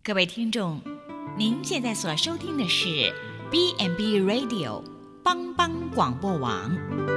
各位听众，您现在所收听的是 B&B Radio 帮帮广播网。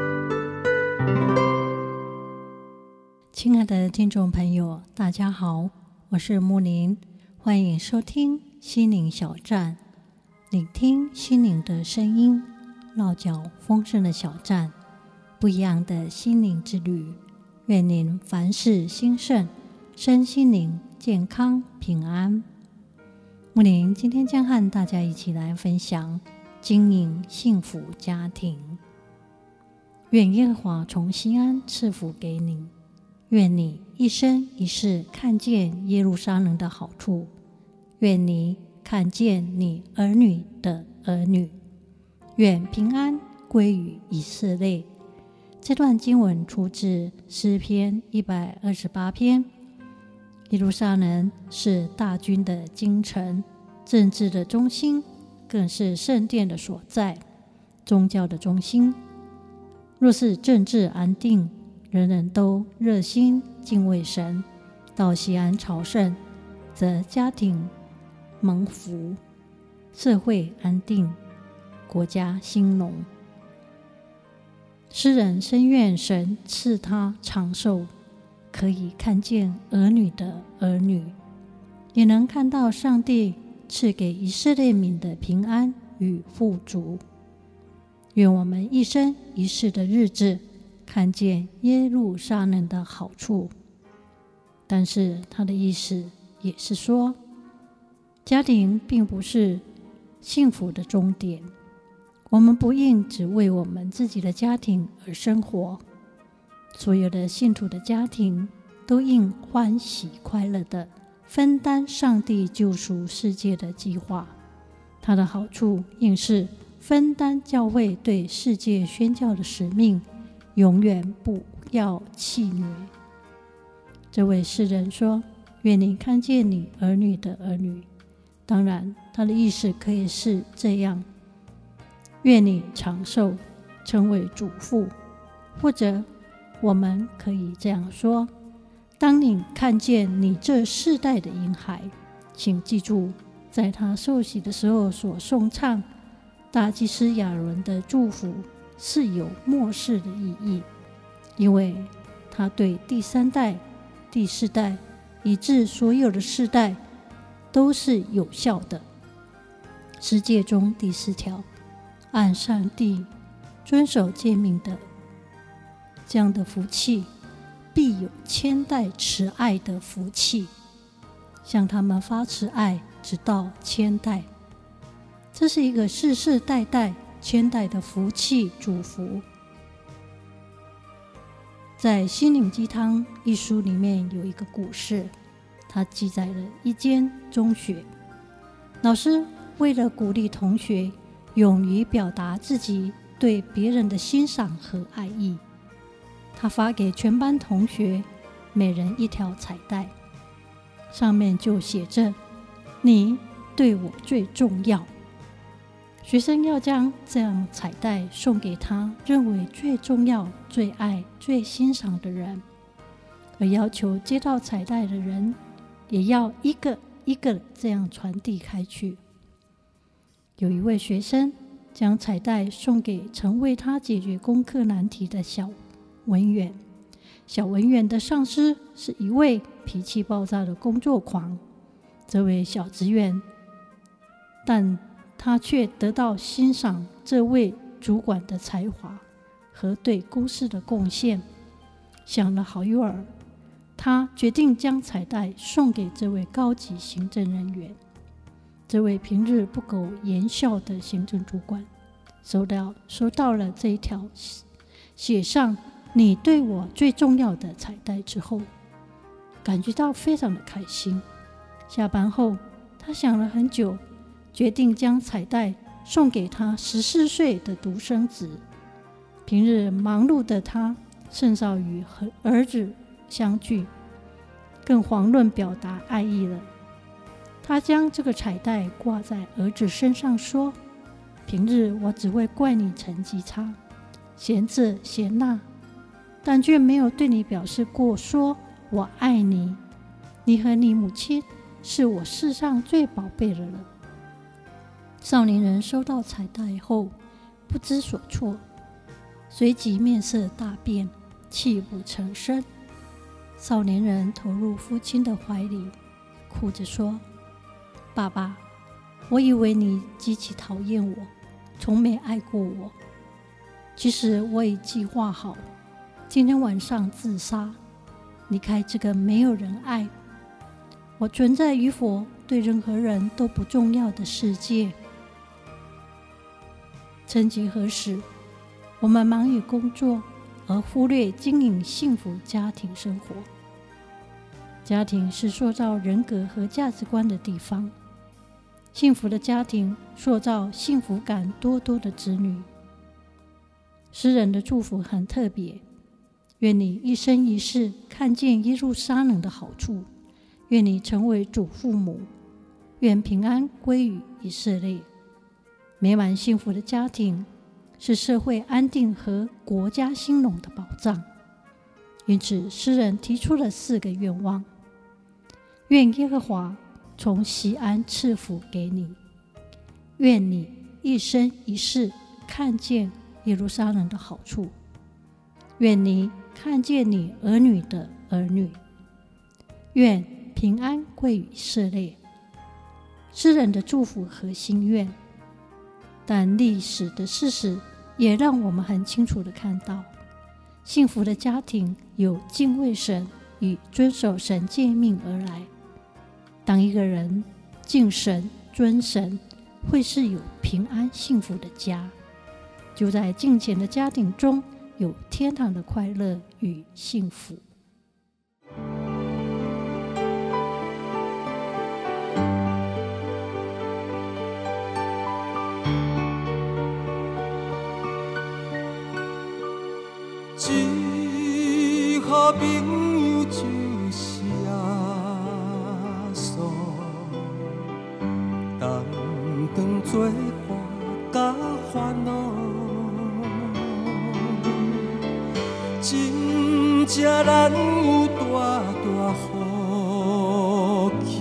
亲爱的听众朋友，大家好，我是木林，欢迎收听心灵小站，聆听心灵的声音，落脚丰盛的小站，不一样的心灵之旅。愿您凡事兴盛，身心灵健康平安。木林今天将和大家一起来分享经营幸福家庭。愿耶和华从西安赐福给你，愿你一生一世看见耶路撒冷的好处，愿你看见你儿女的儿女，愿平安归于以色列。这段经文出自诗篇128篇。耶路撒冷是大军的京城，政治的中心，更是圣殿的所在，宗教的中心。若是政治安定，人人都热心敬畏神，到西安朝圣，则家庭蒙福，社会安定，国家兴隆。诗人深愿神赐他长寿，可以看见儿女的儿女，也能看到上帝赐给以色列民的平安与富足。愿我们一生一世的日子看见耶路撒冷的好处。但是他的意思也是说，家庭并不是幸福的终点，我们不应只为我们自己的家庭而生活，所有的信徒的家庭都应欢喜快乐地分担上帝救赎世界的计划。它的好处应是分担教会对世界宣教的使命，永远不要气馁。这位诗人说，愿你看见你儿女的儿女。当然他的意思可以是这样，愿你长寿，成为主妇。或者我们可以这样说，当你看见你这世代的婴孩，请记住在他受洗的时候所颂唱大祭司亚伦的祝福是有末世的意义，因为他对第三代、第四代以至所有的世代都是有效的。十诫中第4条，按上帝遵守诫命的，这样的福气必有千代慈爱的福气，向他们发慈爱直到千代。这是一个世世代代千代的福气祝福。在《心灵鸡汤》一书里面有一个故事，它记载了一间中学，老师为了鼓励同学勇于表达自己对别人的欣赏和爱意，他发给全班同学每人一条彩带，上面就写着，你对我最重要。学生要将这样彩带送给他认为最重要、最爱、最欣赏的人，而要求接到彩带的人也要一个一个这样传递开去。有一位学生将彩带送给曾为他解决功课难题的小文员。小文员的上司是一位脾气暴躁的工作狂，这位小职员，但他却得到欣赏这位主管的才华和对公司的贡献。想了好一会儿，他决定将彩带送给这位高级行政人员。这位平日不苟言笑的行政主管收到了这一条写上你对我最重要的彩带之后，感觉到非常的开心。下班后他想了很久，决定将彩带送给他14岁的独生子。平日忙碌的他甚少与和儿子相聚，更遑论表达爱意了。他将这个彩带挂在儿子身上说，平日我只会怪你成绩差，嫌这嫌那，但却没有对你表示过说我爱你。你和你母亲是我世上最宝贝的了。少年人收到彩带后不知所措，随即面色大变，泣不成声。少年人投入父亲的怀里，哭着说：爸爸，我以为你极其讨厌我，从没爱过我。其实我已计划好今天晚上自杀，离开这个没有人爱，我存在与否对任何人都不重要的世界。曾几何时，我们忙于工作而忽略经营幸福家庭生活。家庭是塑造人格和价值观的地方，幸福的家庭塑造幸福感多多的子女。诗人的祝福很特别，愿你一生一世看见耶路撒冷的好处，愿你成为祖父母，愿平安归于以色列。美满幸福的家庭是社会安定和国家兴隆的保障。因此诗人提出了4个愿望：愿耶和华从锡安赐福给你，愿你一生一世看见耶路撒冷的好处，愿你看见你儿女的儿女，愿平安归于以色列。诗人的祝福和心愿，但历史的事实也让我们很清楚地看到，幸福的家庭有敬畏神与遵守神诫命而来。当一个人敬神尊神，会是有平安幸福的家。就在敬虔的家庭中，有天堂的快乐与幸福。 一好朋友就是耶稣，同当作伴甲烦恼，真正难有大大福气，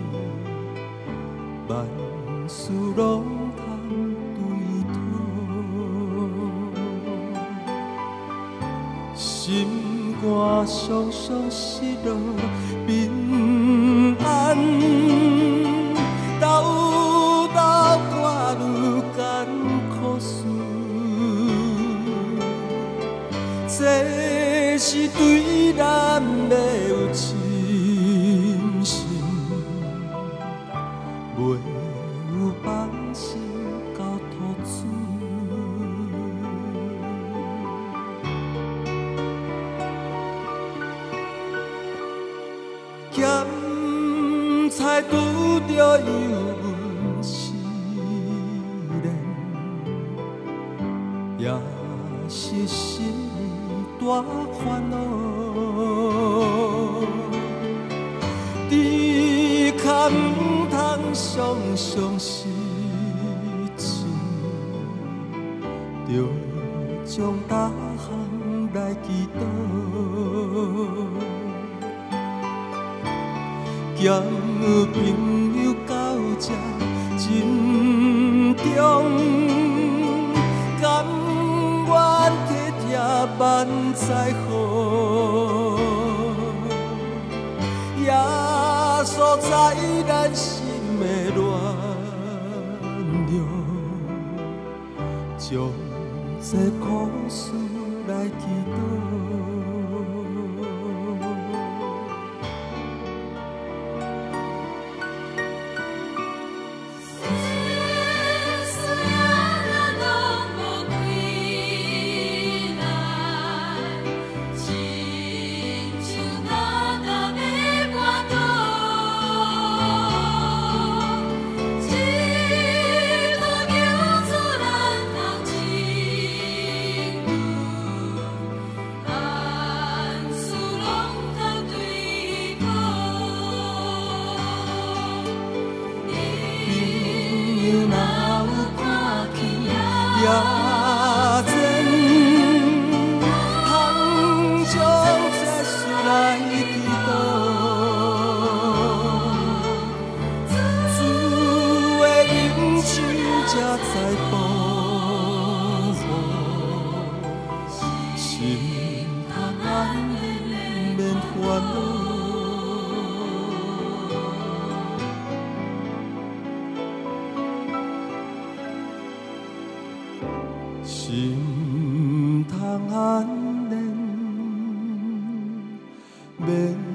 万事拢通对讨。心肝常常失落，平安斗斗挂愈艰苦事，这是对咱要有信心，袂有放心到吐水。咸菜拄着油温思念，也是心大烦恼。只可唔通常常失志，着将大项来祈祷。咸朋友到这真重，甘愿体贴万载好，耶稣在咱心的暖流，将这苦事来祈祷。 手才知保护，心通安宁免烦恼。心通安宁免